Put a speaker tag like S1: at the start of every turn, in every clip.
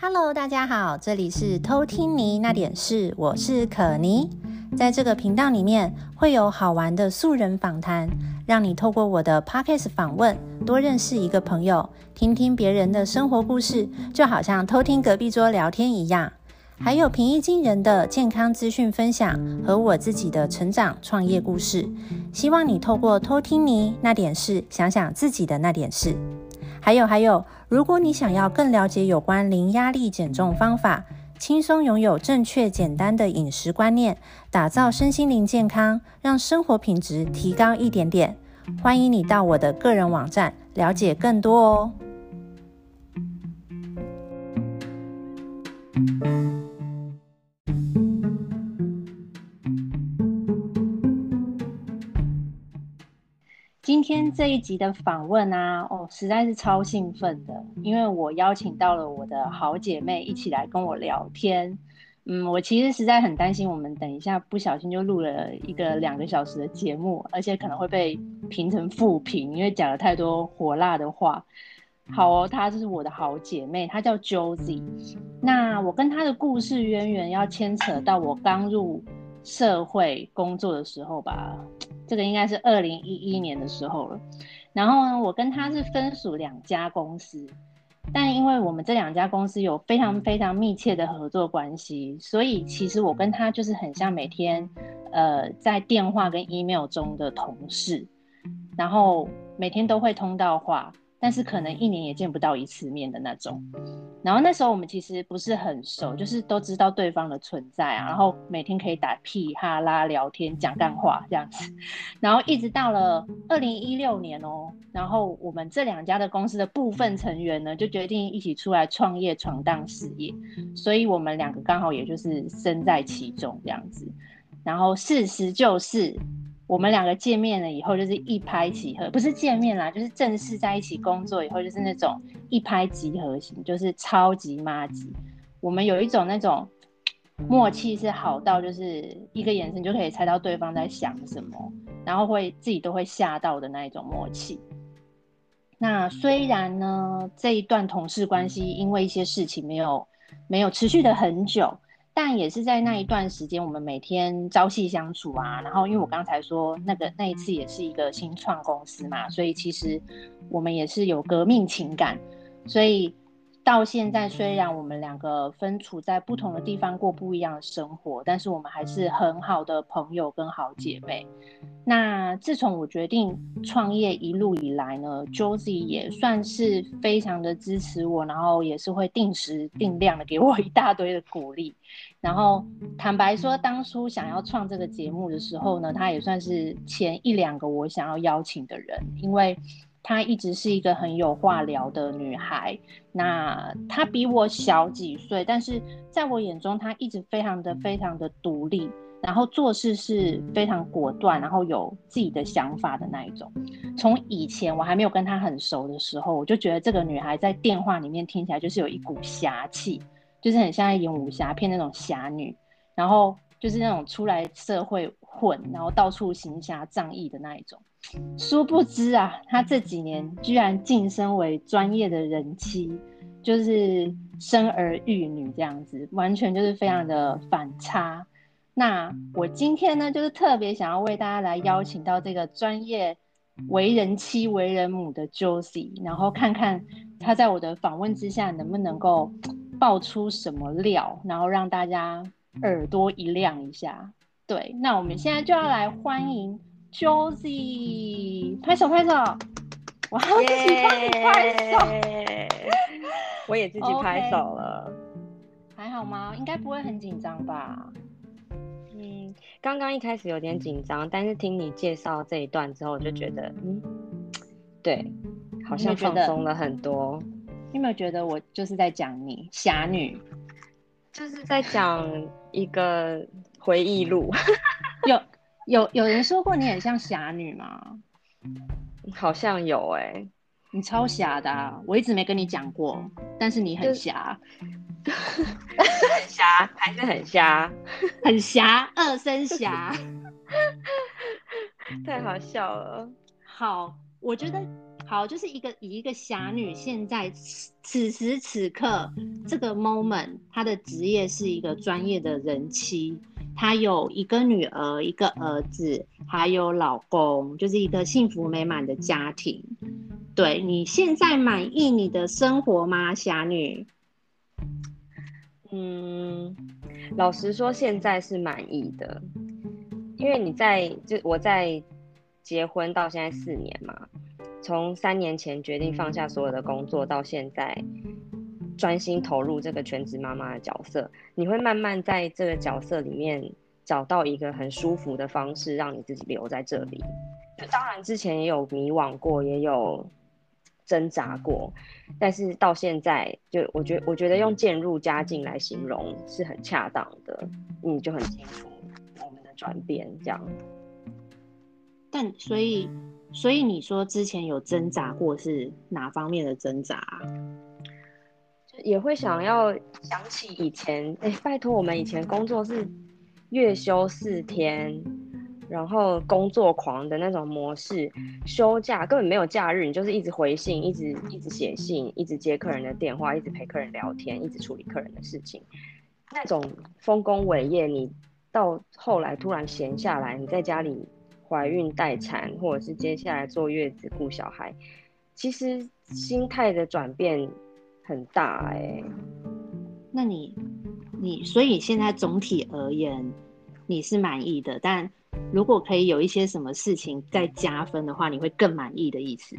S1: Hello， 大家好，这里是偷听妮那点事，我是可妮。在这个频道里面会有好玩的素人访谈，让你透过我的 Podcast 访问，多认识一个朋友，听听别人的生活故事，就好像偷听隔壁桌聊天一样。还有平易近人的健康资讯分享和我自己的成长创业故事，希望你透过偷听妮那点事，想想自己的那点事。还有，如果你想要更了解有关零压力减重方法，轻松拥有正确简单的饮食观念，打造身心灵健康，让生活品质提高一点点，欢迎你到我的个人网站了解更多哦。今天这一集的访问啊，实在是超兴奋的，因为我邀请到了我的好姐妹一起来跟我聊天。我其实实在很担心，我们等一下不小心就录了一个2个小时的节目，而且可能会被评成负评，因为讲了太多火辣的话。好哦，她就是我的好姐妹，她叫 Josie。那我跟她的故事渊源要牵扯到我刚入社会工作的时候吧，这个应该是2011年的时候了。然后呢，我跟他是分属2家公司，但因为我们这2家公司有非常非常密切的合作关系，所以其实我跟他就是很像每天在电话跟 email 中的同事，然后每天都会通到话，但是可能1年也见不到1次面的那种。然后那时候我们其实不是很熟，就是都知道对方的存在啊，然后每天可以打屁哈拉聊天讲干话这样子。然后一直到了2016年哦，然后我们这2家的公司的部分成员呢，就决定一起出来创业闯荡事业，所以我们2个刚好也就是身在其中这样子。然后事实就是我们2个见面了以后就是一拍即合，不是见面啦，就是正式在一起工作以后就是那种一拍即合型，就是超级麻吉。我们有一种那种默契是好到就是一个眼神就可以猜到对方在想什么，然后自己都会吓到的那一种默契。那虽然呢这一段同事关系因为一些事情没有持续的很久，但也是在那一段时间我们每天朝夕相处啊，然后因为我刚才说那一次也是一个新创公司嘛，所以其实我们也是有革命情感，所以到现在虽然我们2个分处在不同的地方过不一样的生活，但是我们还是很好的朋友跟好姐妹。那自从我决定创业一路以来呢， Josie 也算是非常的支持我，然后也是会定时定量的给我一大堆的鼓励。然后坦白说当初想要创这个节目的时候呢，她也算是前1、2个我想要邀请的人，因为她一直是一个很有话聊的女孩。那她比我小几岁，但是在我眼中她一直非常的独立，然后做事是非常果断，然后有自己的想法的那一种。从以前我还没有跟她很熟的时候，我就觉得这个女孩在电话里面听起来就是有一股侠气，就是很像在演武侠片那种侠女，然后就是那种出来社会混，然后到处行侠仗义的那一种。殊不知啊，她这几年居然晋升为专业的人妻，就是生儿育女这样子，完全就是非常的反差。那我今天呢，就是特别想要为大家来邀请到这个专业为人妻为人母的 Josie， 然后看看她在我的访问之下能不能够爆出什么料，然后让大家耳朵一亮一下。对，那我们现在就要来欢迎 Josie， 拍手拍手！我要自己帮你拍手，
S2: 我也自己拍手了。
S1: 还好吗？应该不会很紧张吧？
S2: 刚刚一开始有点紧张，但是听你介绍这一段之后，我就觉得，对，好像放松了很多。
S1: 你有没有觉得我就是在讲你侠女，
S2: 就是在讲一个回忆录？
S1: 有人说过你很像侠女吗？
S2: 好像有
S1: 你超侠的啊！我一直没跟你讲过，但是你很侠。
S2: 很瞎还是很瞎？
S1: 很侠，2声侠。
S2: 太好笑了。
S1: 好，我觉得好，就是以一个侠女现在此时此刻这个 moment，她的职业是一个专业的人妻，她有一个女儿，一个儿子，还有老公，就是一个幸福美满的家庭。对，你现在满意你的生活吗，侠女？
S2: 老实说，现在是满意的，因为我在结婚到现在4年嘛，从3年前决定放下所有的工作，到现在专心投入这个全职妈妈的角色，你会慢慢在这个角色里面找到一个很舒服的方式，让你自己留在这里。当然之前也有迷惘过，也有挣扎过，但是到现在，就我觉得用渐入佳境来形容是很恰当的，你就很清楚我们的转变这样。
S1: 但所以你说之前有挣扎过是哪方面的挣扎啊？
S2: 也会想要想起以前，拜托我们以前工作是月休4天，然后工作狂的那种模式，休假根本没有假日，你就是一直回信，一直写信，一直接客人的电话，一直陪客人聊天，一直处理客人的事情，那种丰功伟业，你到后来突然闲下来，你在家里怀孕待产，或者是接下来坐月子顾小孩，其实心态的转变很大
S1: 那所以现在总体而言你是满意的，但如果可以有一些什么事情再加分的话，你会更满意的意思？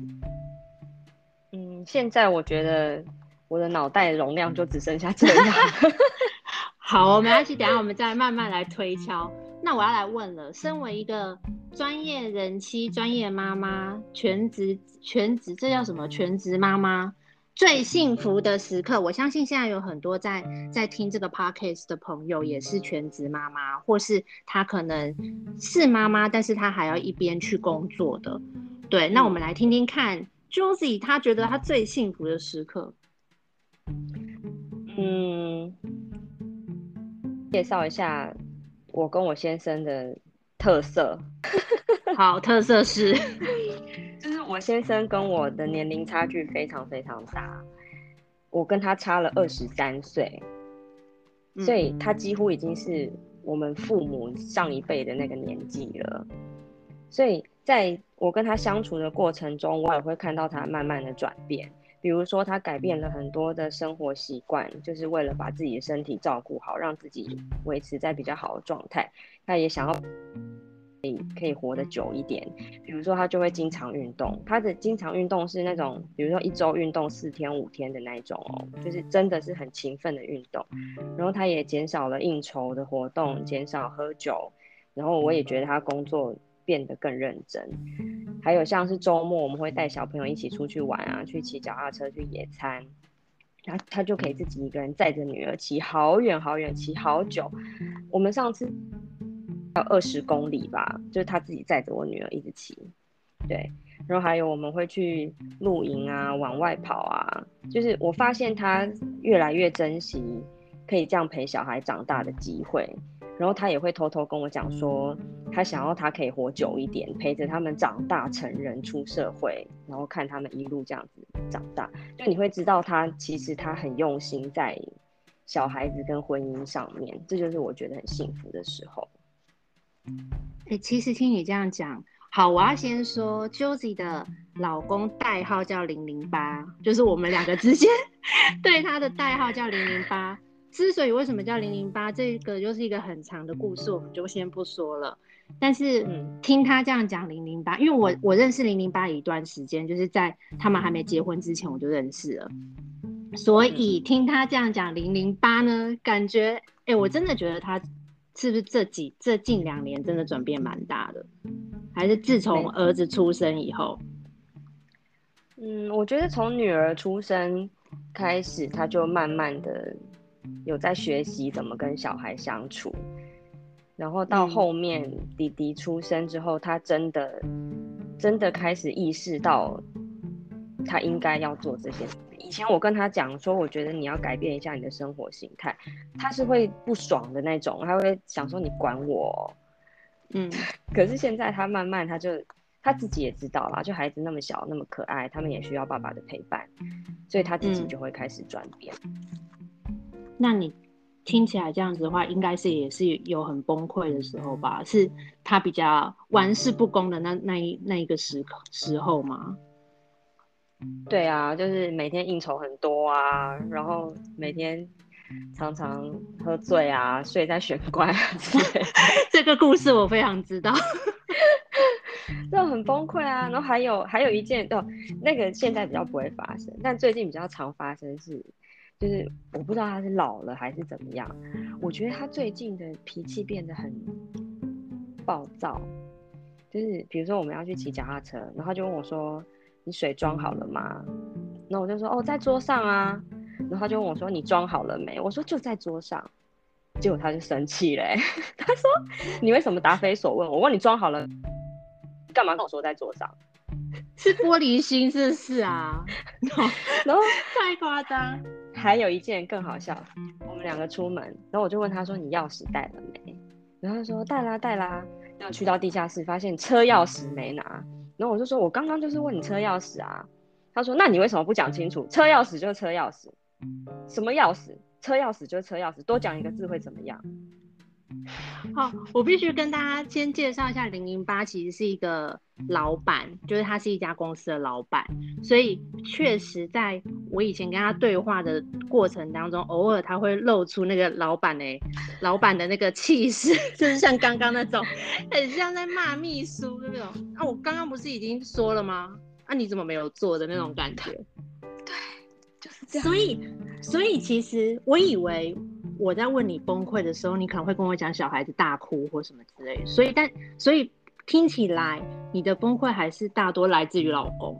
S2: 现在我觉得我的脑袋容量就只剩下这样。
S1: 好，没关系，等一下我们再慢慢来推敲。那我要来问了，身为一个专业人妻、专业妈妈、全职，这叫什么？全职妈妈最幸福的时刻，我相信现在有很多在听这个 podcast 的朋友也是全职妈妈，或是她可能是妈妈，但是她还要一边去工作的。对，那我们来听听看 Josie 她觉得她最幸福的时刻。
S2: 介绍一下我跟我先生的特色。
S1: 好，特色是
S2: 就是我先生跟我的年龄差距非常非常大，我跟他差了23岁，所以他几乎已经是我们父母上一辈的那个年纪了。所以在我跟他相处的过程中，我也会看到他慢慢的转变。比如说他改变了很多的生活习惯，就是为了把自己的身体照顾好，让自己维持在比较好的状态。他也想要可以活得久一点，比如说他就会经常运动，他的经常运动是那种比如说1周运动4天5天的那一种就是真的是很勤奋的运动。然后他也减少了应酬的活动，减少喝酒，然后我也觉得他工作变得更认真。还有像是周末我们会带小朋友一起出去玩啊，去骑脚踏车去野餐，他就可以自己一个人载着女儿骑好远好远，骑好久。我们上次要20公里吧，就是他自己载着我女儿一直骑。对，然后还有我们会去露营啊，往外跑啊，就是我发现他越来越珍惜可以这样陪小孩长大的机会。然后他也会偷偷跟我讲说，他想要他可以活久一点，陪着他们长大成人出社会，然后看他们一路这样子长大。就你会知道他其实他很用心在小孩子跟婚姻上面，这就是我觉得很幸福的时候。
S1: 其实听你这样讲，好，我要先说 Josie 的老公代号叫008，就是我们2个之间对他的代号叫008。之所以为什么叫008，这个就是一个很长的故事，我们就先不说了。但是听他这样讲008，因为我认识008一段时间，就是在他们还没结婚之前我就认识了，所以听他这样讲008呢，感觉我真的觉得他是不是这近2年真的转变蛮大的，还是自从儿子出生以后？
S2: 我觉得从女儿出生开始，他就慢慢的有在学习怎么跟小孩相处，然后到后面弟弟出生之后，他真的开始意识到他应该要做这些事。以前我跟他讲说，我觉得你要改变一下你的生活形态，他是会不爽的那种，他会想说你管我可是现在他慢慢他他自己也知道啦，就孩子那么小那么可爱，他们也需要爸爸的陪伴，所以他自己就会开始转变。
S1: 那你听起来这样子的话，应该是也是有很崩溃的时候吧？是他比较玩世不恭的那一个时候吗？
S2: 对啊，就是每天应酬很多啊，然后每天常常喝醉啊，睡在玄关啊之类的。
S1: 这个故事我非常知道。
S2: 就很崩溃啊。然后还有一件哦，那个现在比较不会发生，但最近比较常发生是，就是我不知道他是老了还是怎么样，我觉得他最近的脾气变得很暴躁。就是比如说我们要去骑脚踏车，然后他就问我说：“你水装好了吗？”然后我就说：“哦，在桌上啊。”然后他就问我说：“你装好了没？”我说：“就在桌上。”结果他就生气嘞，他说：“你为什么答非所问？我问你装好了，干嘛跟我说在桌上？”
S1: 是玻璃心，是不是啊？
S2: 然后
S1: 太夸张。
S2: 还有一件更好笑，我们两个出门，然后我就问他说：“你钥匙带了没？”然后他说：“带啦，带啦。”然后去到地下室，发现车钥匙没拿。然后我就说：“我刚刚就是问你车钥匙啊。”他说：“那你为什么不讲清楚？车钥匙就是车钥匙，什么钥匙？车钥匙就是车钥匙，多讲一个字会怎么样？”
S1: 好，我必须跟大家先介绍一下008其实是一个老板，就是他是一家公司的老板，所以确实在我以前跟他对话的过程当中，偶尔他会露出那个老板的那个气势，就是像刚刚那种很像在骂秘书那种啊，我刚刚不是已经说了吗？啊，你怎么没有做的那种感觉？
S2: 对，就是这样。
S1: 所以其实我以为我在问你崩溃的时候，你可能会跟我讲小孩子大哭或什么之类的，所以听起来你的崩溃还是大多来自于老公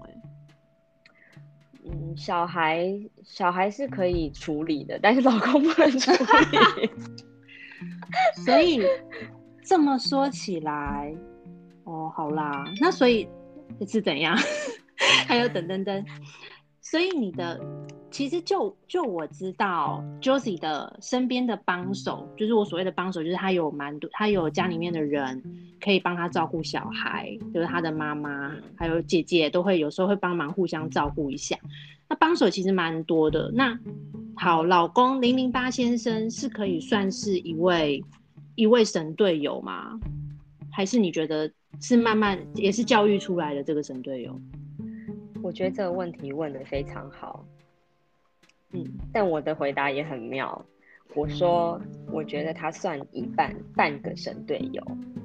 S2: 小孩是可以处理的，但是老公不能处理。
S1: 所以这么说起来，哦，好啦，那所以是怎样？还有等等等，所以你的其实就我知道 Josie 的身边的帮手，就是我所谓的帮手，就是他有蛮多，他有家里面的人可以帮他照顾小孩，就是他的妈妈还有姐姐都会有时候会帮忙互相照顾一下。那帮手其实蛮多的。那好，老公008先生是可以算是一位神队友吗？还是你觉得是慢慢也是教育出来的这个神队友？
S2: 我觉得这个问题问得非常好，但我的回答也很妙。我说，我觉得他算半个神队友。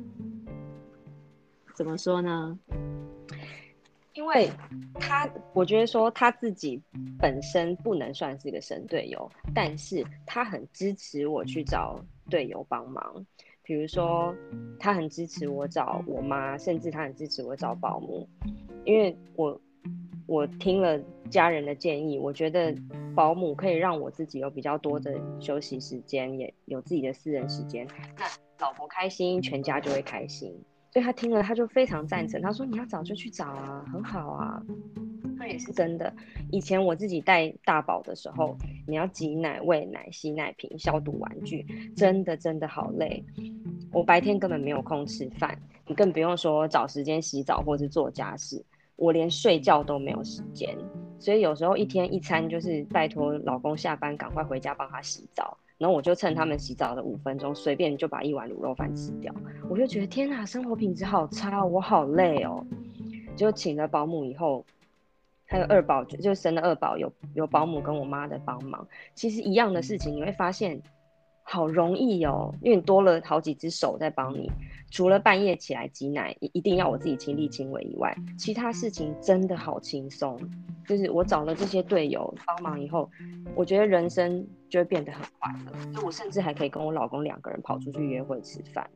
S1: 怎么说呢？
S2: 因为我觉得说他自己本身不能算是个神队友，但是他很支持我去找队友帮忙。比如说，他很支持我找我妈，甚至他很支持我找保姆，因为我听了家人的建议，我觉得保姆可以让我自己有比较多的休息时间，也有自己的私人时间。那老婆开心，全家就会开心。所以他听了，他就非常赞成。他说：“你要找就去找啊，很好啊。”这也是真的。以前我自己带大宝的时候，你要挤奶、喂奶、洗奶瓶、消毒玩具，真的好累。我白天根本没有空吃饭，你更不用说找时间洗澡或是做家事。我连睡觉都没有时间，所以有时候一天一餐就是拜托老公下班赶快回家帮他洗澡。然后我就趁他们洗澡的5分钟，随便就把1碗卤肉饭吃掉。我就觉得天哪，生活品质好差，我好累哦。就请了保姆以后，还有二宝，就生了2宝，有保姆跟我妈的帮忙。其实一样的事情，你会发现好容易哦，因为你多了好几只手在帮你。除了半夜起来挤奶一定要我自己亲力亲为以外，其他事情真的好轻松。就是我找了这些队友帮忙以后，我觉得人生就会变得很快乐。就我甚至还可以跟我老公2个人跑出去约会吃饭。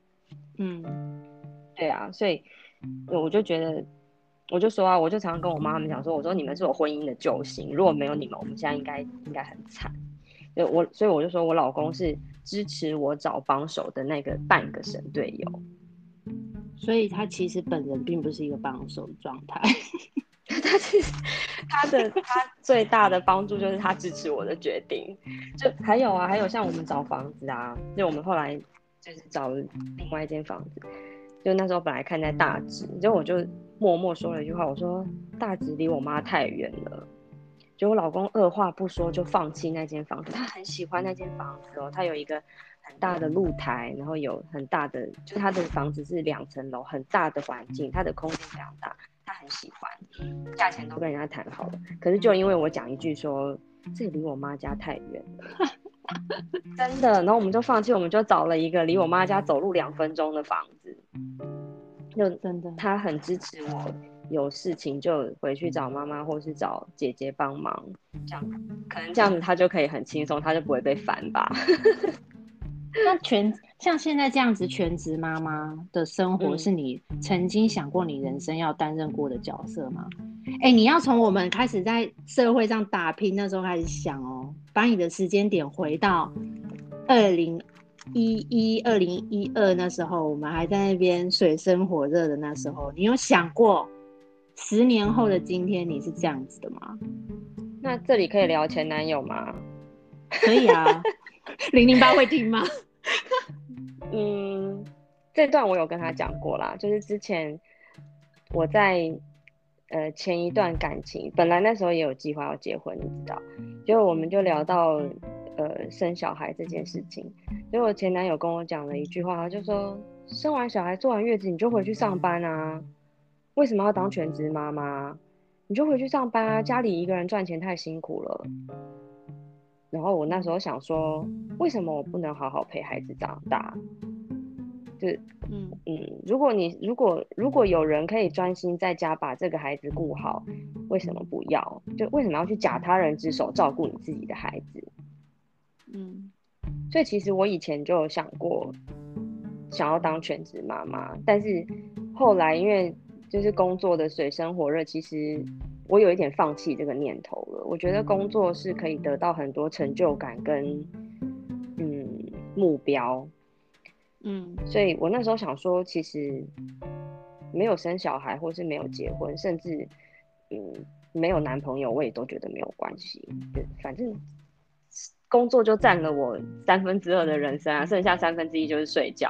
S2: 对啊，所以我就觉得，我就说啊，我就常常跟我妈他们讲说，我说你们是我婚姻的救星，如果没有你们，我们现在应该很惨。所以我就说我老公是支持我找帮手的那个半个神队友。
S1: 所以他其实本人并不是一个帮手的状态。
S2: 他最大的帮助就是他支持我的决定。就还有像我们找房子啊，就我们后来就是找了另外一间房子， 就那时候本来看在大直，结果我就默默说了一句话，我说大直离我妈太远了。结果我老公二话不说就放弃那间房子，他很喜欢那间房子哦，他有一个很大的露台，然后有很大的，就是他的房子是2层楼，很大的环境，他的空间非常大，他很喜欢，价钱都跟人家谈好了。可是就因为我讲一句说这里离我妈家太远了，真的，然后我们就放弃，我们就找了一个离我妈家走路2分钟的房子，就
S1: 真的，
S2: 他很支持我。有事情就回去找妈妈或是找姐姐帮忙，这样可能这样子他就可以很轻松，他就不会被烦吧。
S1: 那像现在这样子全职妈妈的生活，是你曾经想过你人生要担任过的角色吗？你要从我们开始在社会上打拼那时候开始想哦，把你的时间点回到2011、2012那时候，我们还在那边水深火热的那时候，你有想过10年后的今天你是这样子的吗？
S2: 那这里可以聊前男友吗？
S1: 可以啊，008会听吗？
S2: 这段我有跟他讲过啦，就是之前我在前一段感情，本来那时候也有计划要结婚，你知道，结果我们就聊到生小孩这件事情，结果前男友跟我讲了一句话，他就说生完小孩坐完月子你就回去上班啊，为什么要当全职妈妈？你就回去上班啊，家里一个人赚钱太辛苦了。然后我那时候想说，为什么我不能好好陪孩子长大？如果有人可以专心在家把这个孩子顾好，为什么不要？就为什么要去假他人之手照顾你自己的孩子？所以其实我以前就有想过，想要当全职妈妈，但是后来因为就是工作的水深火热，其实我有一点放弃这个念头了。我觉得工作是可以得到很多成就感跟目标，所以我那时候想说，其实没有生小孩，或是没有结婚，甚至没有男朋友，我也都觉得没有关系。反正工作就占了我2/3的人生啊，剩下1/3就是睡觉。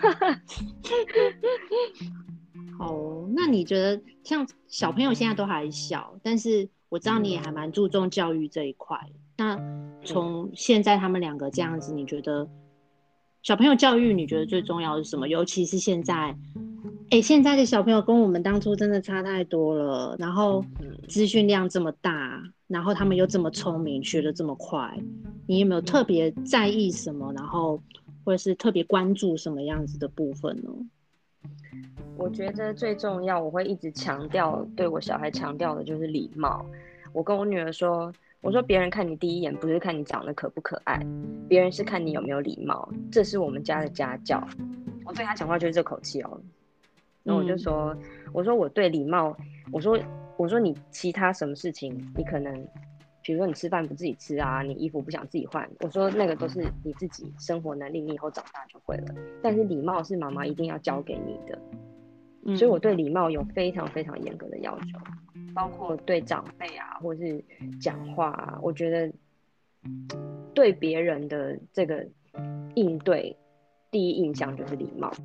S1: 好哦，那你觉得像小朋友现在都还小，但是我知道你也还蛮注重教育这一块。那从现在他们2个这样子，你觉得小朋友教育你觉得最重要的是什么？尤其是现在，现在的小朋友跟我们当初真的差太多了，然后资讯量这么大，然后他们又这么聪明，学得这么快，你有没有特别在意什么？然后或者是特别关注什么样子的部分呢？
S2: 我觉得最重要，我会一直强调，对我小孩强调的就是礼貌。我跟我女儿说，我说别人看你第一眼不是看你长得可不可爱，别人是看你有没有礼貌，这是我们家的家教。我对她讲话就是这口气哦。然后我就说，我说我对礼貌，我说你其他什么事情，你可能，比如说你吃饭不自己吃啊，你衣服不想自己换，我说那个都是你自己生活能力，你以后长大就会了。但是礼貌是妈妈一定要教给你的。所以我对礼貌有非常非常严格的要求，包括对长辈啊，或是讲话啊，我觉得对别人的这个应对，第一印象就是礼貌。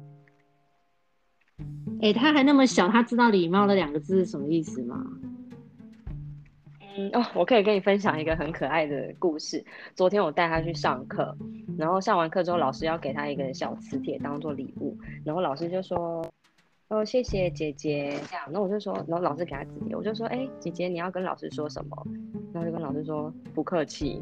S1: 他还那么小，他知道礼貌那2个字是什么意思吗？
S2: 我可以跟你分享一个很可爱的故事。昨天我带他去上课，然后上完课之后，老师要给他一个小磁铁当做礼物，然后老师就说哦，谢谢姐姐，这样，然后我就说，然后老师给他纸条，我就说，姐姐你要跟老师说什么？然后就跟老师说不客气。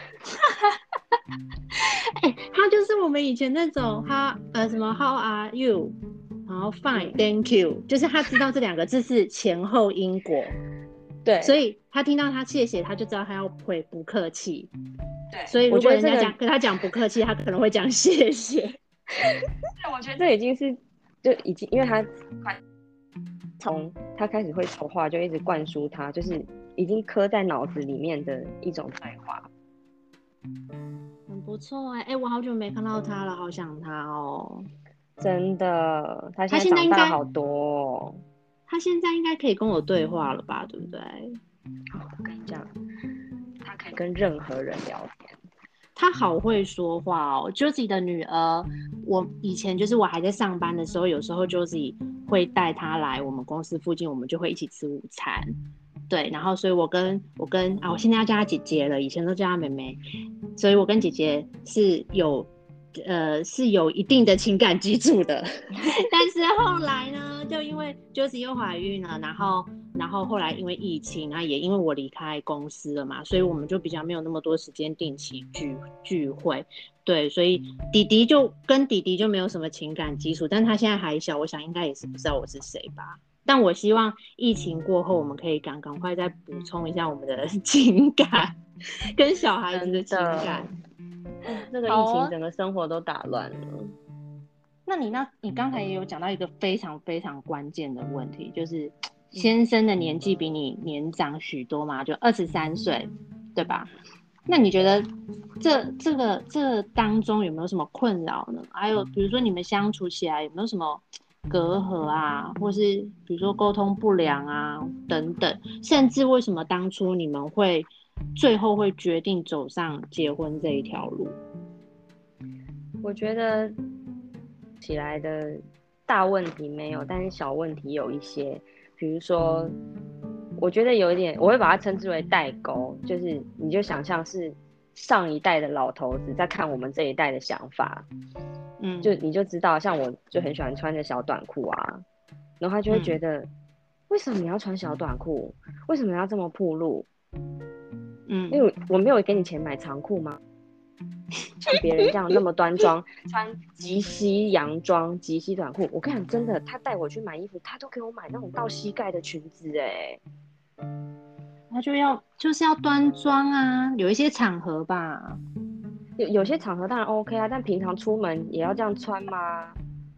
S1: 他就是我们以前那种什么 How are you， 然后 Fine Thank you， 就是他知道这2个字是前后因果，
S2: 对，
S1: 所以他听到他谢谢，他就知道他要回不客气。
S2: 对，
S1: 所以如果人家跟他讲不客气，他可能会讲谢谢。
S2: 我觉得这已经是因为他从他开始会说话，就一直灌输他，就是已经刻在脑子里面的一种对话。
S1: 很不错我好久没看到他了，好想他哦。
S2: 真的，他现在长大好多哦。
S1: 他现在应该可以跟我对话了吧，对不对？
S2: 我跟你讲，他可以跟任何人聊天。
S1: 她好会说话哦。Josie 的女儿，我以前就是我还在上班的时候，有时候 Josie 会带她来我们公司附近，我们就会一起吃午餐。对，然后所以我现在要叫她姐姐了，以前都叫她妹妹，所以我跟姐姐是有一定的情感基础的。但是后来呢，就因为 Josie 又怀孕了，然后后来因为疫情啊，也因为我离开公司了嘛，所以我们就比较没有那么多时间定期聚会。对，所以弟弟就没有什么情感基础，但他现在还小，我想应该也是不知道我是谁吧。但我希望疫情过后，我们可以赶快再补充一下我们的情感，跟小孩子的情感。
S2: 这个疫情整个生活都打乱了。
S1: 那你刚才也有讲到一个非常非常关键的问题，就是先生的年纪比你年长许多嘛，就23岁，对吧？那你觉得这当中有没有什么困扰呢？还有比如说你们相处起来有没有什么隔阂啊，或是比如说沟通不良啊等等，甚至为什么当初你们最后会决定走上结婚这一条路？
S2: 我觉得起来的大问题没有，但是小问题有一些，比如说，我觉得有一点，我会把它称之为代沟，就是你就想象是上一代的老头子在看我们这一代的想法，就你就知道，像我就很喜欢穿着小短裤啊，然后他就会觉得，为什么你要穿小短裤？为什么要这么暴露？因为我没有给你钱买长裤吗？像别人这样那么端庄，穿及膝洋装、及膝短裤，我跟你讲，真的，他带我去买衣服，他都给我买那种到膝盖的裙子，
S1: 他就是要端庄啊，有一些场合吧，
S2: 有些场合当然 OK 啊，但平常出门也要这样穿吗？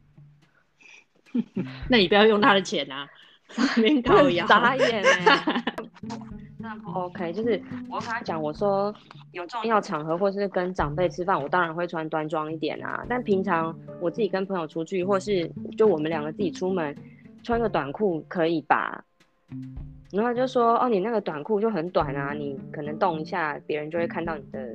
S1: 那你不要用他的钱啊，没搞摇，
S2: 傻眼那不 OK，就是我跟他讲，我说有重要场合或是跟长辈吃饭，我当然会穿端庄一点啊。但平常我自己跟朋友出去，或是就我们两个自己出门，穿个短裤可以吧？然后他就说，哦，你那个短裤就很短啊，你可能动一下，别人就会看到你的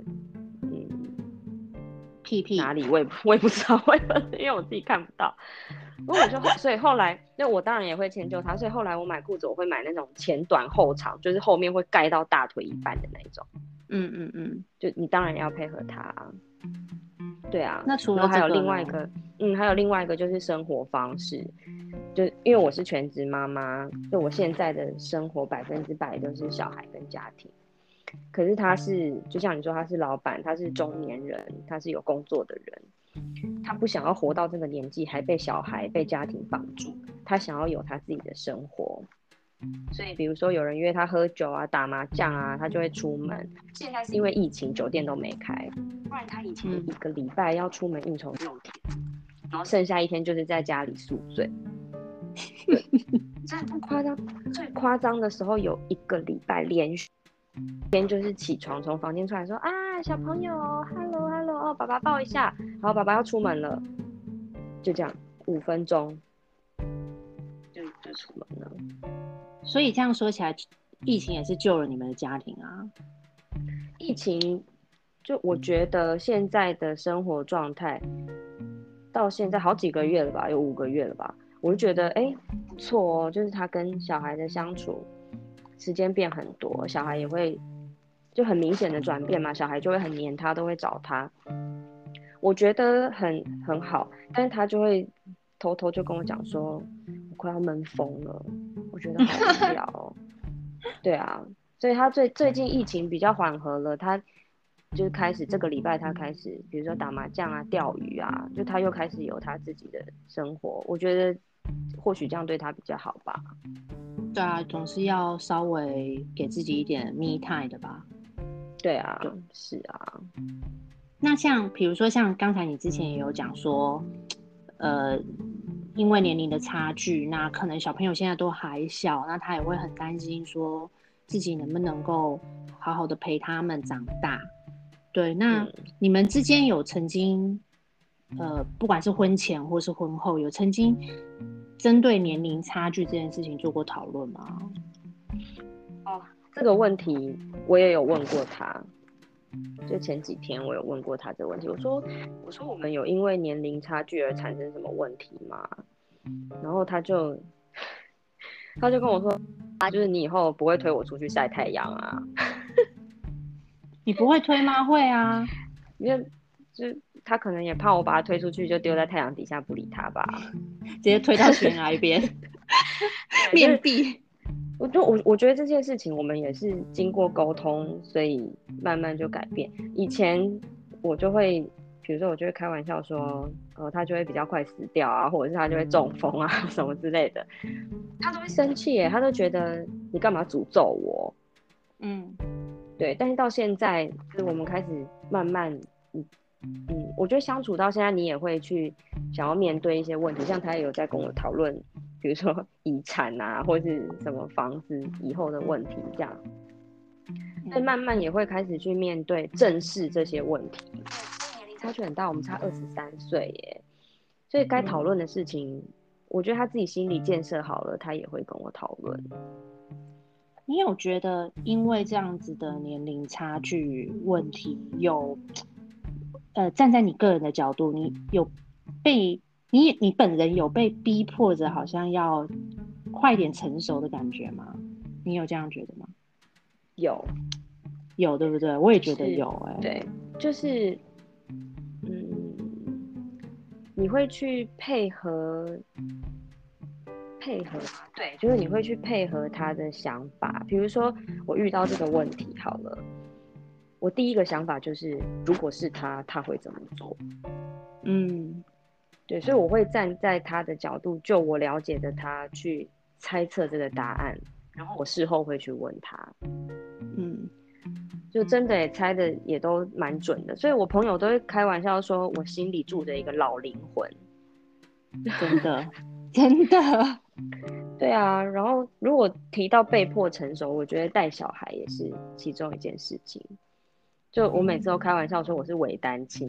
S1: 屁屁
S2: 哪里，我也不知道，因为我自己看不到。所以后来，就我当然也会迁就他，所以后来我买裤子，我会买那种前短后长，就是后面会盖到大腿一半的那一种。就你当然要配合他。对啊。
S1: 那除了这个呢，
S2: 还有另外一个就是生活方式，就因为我是全职妈妈，就我现在的生活100%都是小孩跟家庭。可是他是，就像你说，他是老板，他是中年人，他是有工作的人，他不想要活到这个年纪还被小孩、被家庭绑住，他想要有他自己的生活。所以比如说有人约他喝酒啊、打麻将啊，他就会出门。现在是因为疫情，酒店都没开，不然他以前1个礼拜要出门应酬6天，然后剩下1天就是在家里宿醉。真的不夸张，最夸张的时候有1个礼拜连续天就是起床从房间出来说啊，小朋友 ，hello hello， 哦，爸爸抱一下，好，爸爸要出门了，就这样5分钟就出门了。
S1: 所以这样说起来，疫情也是救了你们的家庭啊。
S2: 疫情就我觉得现在的生活状态到现在好几个月了吧，有5个月了吧，我就觉得不错哦，就是他跟小孩的相处时间变很多，小孩也会就很明显的转变嘛，小孩就会很黏他，都会找他，我觉得很好，但是他就会偷偷就跟我讲说，我快要闷疯了，我觉得好无聊哦。对啊，所以他最近疫情比较缓和了，他就开始这个礼拜他开始，比如说打麻将啊、钓鱼啊，就他又开始有他自己的生活，我觉得或许这样对他比较好吧。
S1: 对啊，总是要稍微给自己一点 me time 的吧。
S2: 对啊，是啊。
S1: 那比如说像刚才你之前也有讲说，因为年龄的差距，那可能小朋友现在都还小，那他也会很担心说自己能不能够好好的陪他们长大。对，那你们之间有曾经，不管是婚前或是婚后，有曾经针对年龄差距这件事情做过讨论吗？
S2: 哦，这个问题我也有问过他。 就前几天我有问过他这个问题，我说我们有因为年龄差距而产生什么问题吗？然后他就跟我说，就是你以后不会推我出去晒太阳啊。
S1: 你不会推吗？会啊，
S2: 因为就他可能也怕我把他推出去就丢在太阳底下不理他吧。
S1: 直接推到悬崖边，
S2: 对，就是
S1: 面壁。
S2: 我觉得这件事情我们也是经过沟通，所以慢慢就改变。以前我就会，比如说我就会开玩笑说，他就会比较快死掉啊，或者是他就会中风啊什么之类的，他都会生气耶，他都觉得你干嘛诅咒我？
S1: 嗯
S2: 对，但是到现在，就是我们开始慢慢，我觉得相处到现在，你也会去想要面对一些问题，像他也有在跟我讨论，比如说遗产啊，或是什么房子以后的问题这样，所以慢慢也会开始去面对、正视这些问题。年龄差距很大，我们差23岁耶，所以该讨论的事情，我觉得他自己心理建设好了，他也会跟我讨论。
S1: 你有觉得因为这样子的年龄差距问题，站在你个人的角度，你有被你本人有被逼迫着，好像要快点成熟的感觉吗？你有这样觉得吗？
S2: 有，
S1: 有，对不对？我也觉得
S2: 就是
S1: 有，
S2: 对，就是你会去配合吗？对，就是你会去配合他的想法。比如说我遇到这个问题好了，我第一个想法就是如果是他，他会怎么做？对，所以我会站在他的角度，就我了解的他去猜测这个答案，然后我事后会去问他。就真的也猜的也都蛮准的，所以我朋友都会开玩笑说我心里住着一个老灵魂。
S1: 真的，真的。
S2: 对啊，然后如果提到被迫成熟，我觉得带小孩也是其中一件事情。就我每次都开玩笑说我是伪单亲。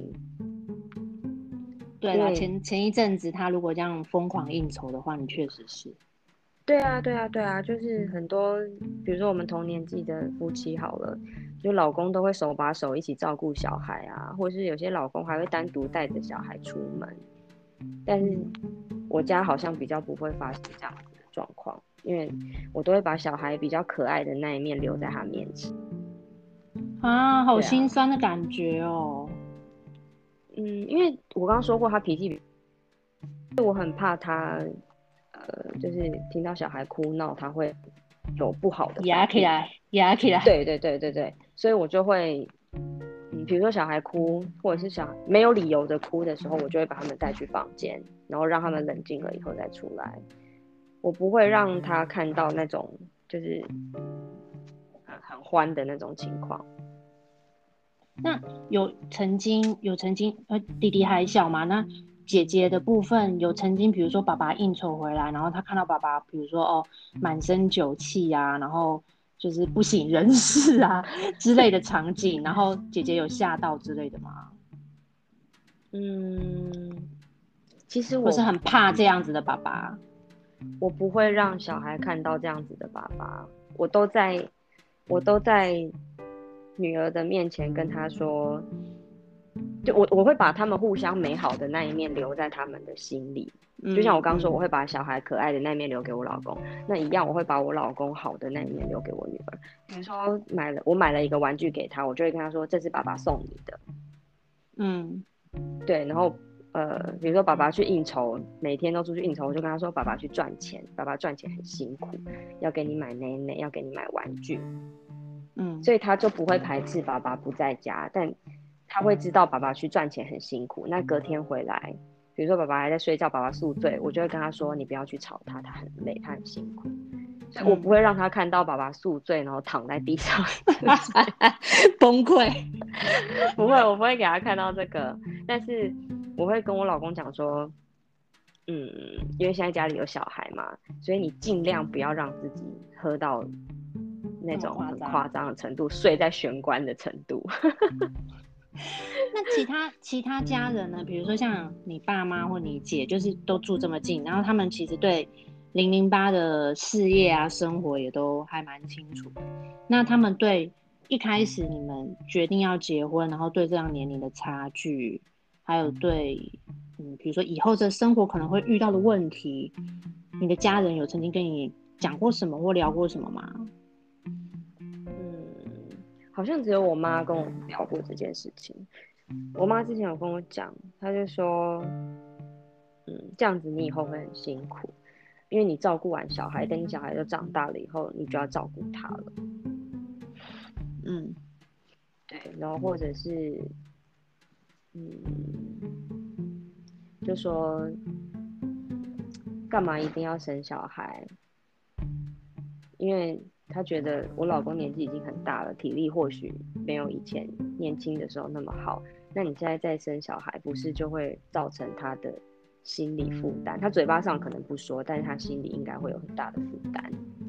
S1: 对啦，前一阵子他如果这样疯狂应酬的话，你确实是。
S2: 对啊，对啊，对啊，就是很多，比如说我们同年纪的夫妻好了，就老公都会手把手一起照顾小孩啊，或是有些老公还会单独带着小孩出门。但是我家好像比较不会发生这样子的状况，因为我都会把小孩比较可爱的那一面留在他面前。
S1: 啊，好心酸的感觉哦。
S2: 因为我刚刚说过他脾气，我很怕他，就是听到小孩哭闹，他会有不好的
S1: 压起来，压起来。
S2: 对对对对对，所以我就会，比如说小孩哭，或者是没有理由的哭的时候，我就会把他们带去房间，然后让他们冷静了以后再出来。我不会让他看到那种就是很欢的那种情况。
S1: 那有曾经，弟弟还小嘛？那姐姐的部分有曾经，比如说爸爸应酬回来，然后他看到爸爸，比如说满身酒气啊，然后就是不省人事啊之类的场景，然后姐姐有吓到之类的吗？
S2: 其实
S1: 或是很怕这样子的爸爸。
S2: 我不会让小孩看到这样子的爸爸，我都在女儿的面前跟她说，就我会把他们互相美好的那一面留在他们的心里。就像我刚说，我会把小孩可爱的那一面留给我老公，那一样我会把我老公好的那一面留给我女儿。比如说我买了一个玩具给他，我就会跟他说这是爸爸送你的。对，然后比如说爸爸去应酬，每天都出去应酬，我就跟他说爸爸去赚钱，爸爸赚钱很辛苦，要给你买奶奶，要给你买玩具。所以他就不会排斥爸爸不在家，但他会知道爸爸去赚钱很辛苦。那隔天回来，比如说爸爸还在睡觉，爸爸宿醉，我就会跟他说你不要去吵他，他很累，他很辛苦。所以我不会让他看到爸爸宿醉然后躺在地上
S1: 崩溃。
S2: 不会，我不会给他看到这个，但是我会跟我老公讲说，因为现在家里有小孩嘛，所以你尽量不要让自己喝到那种很夸张的程度，睡在玄关的程度。
S1: 那其他家人呢？比如说像你爸妈或你姐，就是都住这么近，然后他们其实对008的事业啊、生活也都还蛮清楚的。那他们对一开始你们决定要结婚，然后对这样年龄的差距，还有对比如说以后的生活可能会遇到的问题，你的家人有曾经跟你讲过什么或聊过什么吗？
S2: 好像只有我妈跟我聊过这件事情。我妈之前有跟我讲，她就说，这样子你以后会很辛苦，因为你照顾完小孩，等你小孩都长大了以后，你就要照顾他了。对，然后或者是，就说干嘛一定要生小孩？因为他觉得我老公年纪已经很大了，体力或许没有以前年轻的时候那么好。那你现在再生小孩，不是就会造成他的心理负担？他嘴巴上可能不说，但是他心里应该会有很大的负担。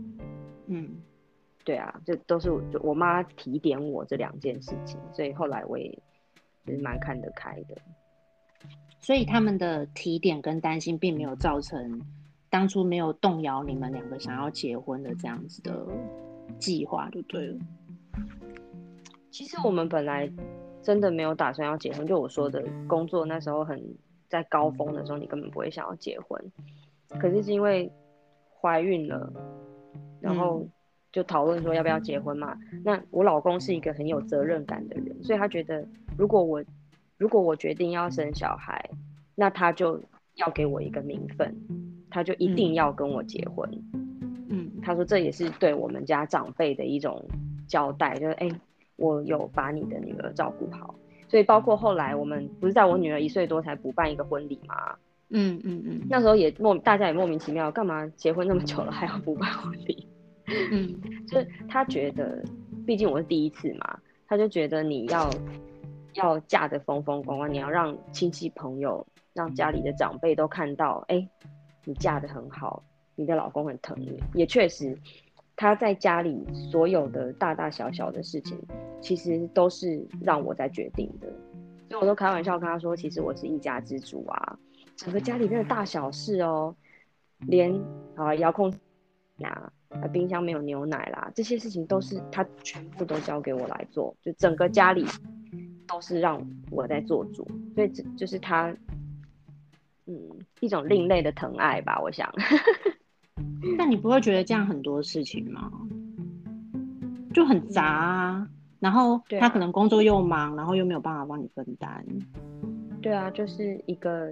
S2: 对啊，这都是我妈提点我这2件事情，所以后来我也就是蛮看得开的。
S1: 所以他们的提点跟担心并没有造成当初没有动摇你们2个想要结婚的这样子的计划就对了。
S2: 其实我们本来真的没有打算要结婚，就我说的工作那时候很在高峰的时候，你根本不会想要结婚。可是是因为怀孕了，然后就讨论说要不要结婚嘛。那我老公是一个很有责任感的人，所以他觉得如果我决定要生小孩，那他就要给我一个名分，他就一定要跟我结婚。他说这也是对我们家长辈的一种交代，就是我有把你的女儿照顾好。所以包括后来我们不是在我女儿1岁多才补办一个婚礼吗？那时候大家也莫名其妙，干嘛结婚那么久了还要补办婚礼？就是他觉得，毕竟我是第一次嘛，他就觉得你要嫁得风风光光，你要让亲戚朋友、让家里的长辈都看到，你嫁得很好，你的老公很疼你。也确实，他在家里所有的大大小小的事情，其实都是让我在决定的。所以我都开玩笑跟他说，其实我是一家之主啊，整个家里面的大小事哦，连遥控冰箱没有牛奶啦，这些事情都是他全部都交给我来做，就整个家里都是让我在做主，所以这就是他一种另类的疼爱吧，我想。
S1: 但你不会觉得这样很多事情吗？就很杂啊，然后他可能工作又忙，然后又没有办法帮你分担。
S2: 对啊，就是一个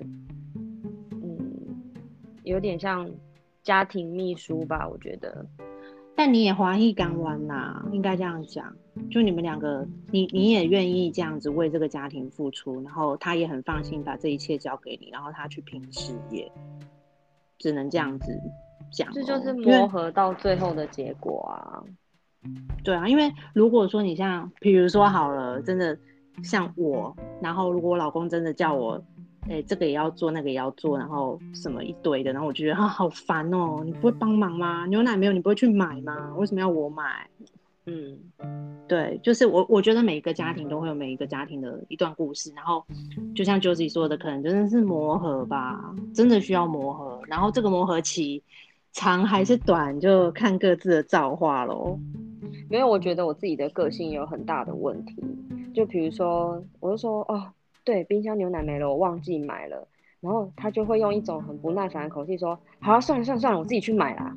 S2: 有点像家庭秘书吧，我觉得。
S1: 但你也华裔港湾啦，应该这样讲。就你们2个，你也愿意这样子为这个家庭付出，然后他也很放心把这一切交给你，然后他去拼事业，只能这样子讲。
S2: 这就是磨合到最后的结果啊。
S1: 对啊，因为如果说你像，比如说好了，真的像我，然后如果我老公真的叫我，这个也要做，那个也要做，然后什么一堆的，然后我觉得好烦哦，你不会帮忙吗？牛奶没有，你不会去买吗？为什么要我买？对，就是我觉得每一个家庭都会有每一个家庭的一段故事，然后就像 Josie 说的，可能真的是磨合吧，真的需要磨合，然后这个磨合期长还是短，就看各自的造化咯。
S2: 没有，我觉得我自己的个性有很大的问题，就比如说，我就说对，冰箱牛奶没了，我忘记买了，然后他就会用一种很不耐烦的口气说：“好，算了，我自己去买啦。”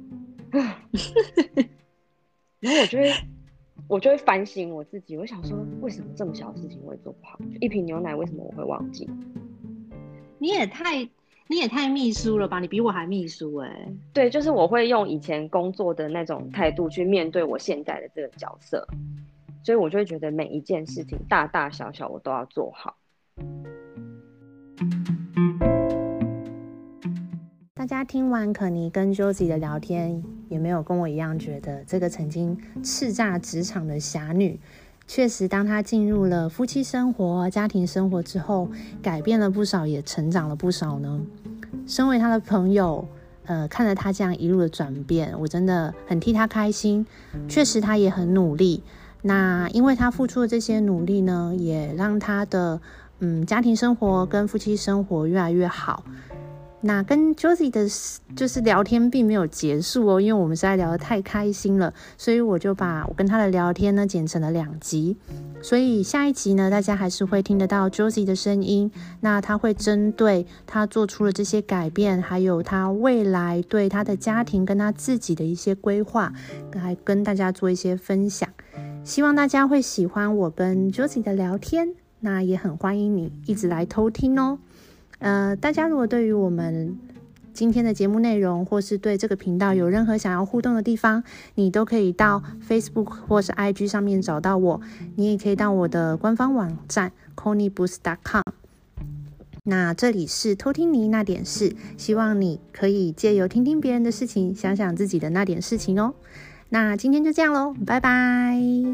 S2: 然后我就会反省我自己，我想说，为什么这么小的事情我也做不好？就一瓶牛奶，为什么我会忘记？
S1: 你也太秘书了吧？你比我还秘书
S2: 对，就是我会用以前工作的那种态度去面对我现在的这个角色，所以我就会觉得每一件事情大大小小我都要做好。
S3: 大家听完可妮跟 Josie 的聊天，有没有跟我一样觉得这个曾经叱咤职场的侠女，确实当她进入了夫妻生活、家庭生活之后，改变了不少，也成长了不少呢？身为她的朋友，看着她这样一路的转变，我真的很替她开心。确实她也很努力，那因为她付出的这些努力呢，也让她的家庭生活跟夫妻生活越来越好。 那跟 Josie 的就是聊天并没有结束哦，因为我们实在聊得太开心了，所以我就把我跟他的聊天呢剪成了2集，所以下一集呢大家还是会听得到 Josie 的声音。那他会针对他做出了这些改变，还有他未来对他的家庭跟他自己的一些规划，来跟大家做一些分享。希望大家会喜欢我跟 Josie 的聊天，那也很欢迎你一直来偷听哦。大家如果对于我们今天的节目内容，或是对这个频道有任何想要互动的地方，你都可以到 Facebook 或是 IG 上面找到我，你也可以到我的官方网站 conibus.com。 那这里是偷听你那点事，希望你可以借由听听别人的事情，想想自己的那点事情哦。那今天就这样咯，拜拜。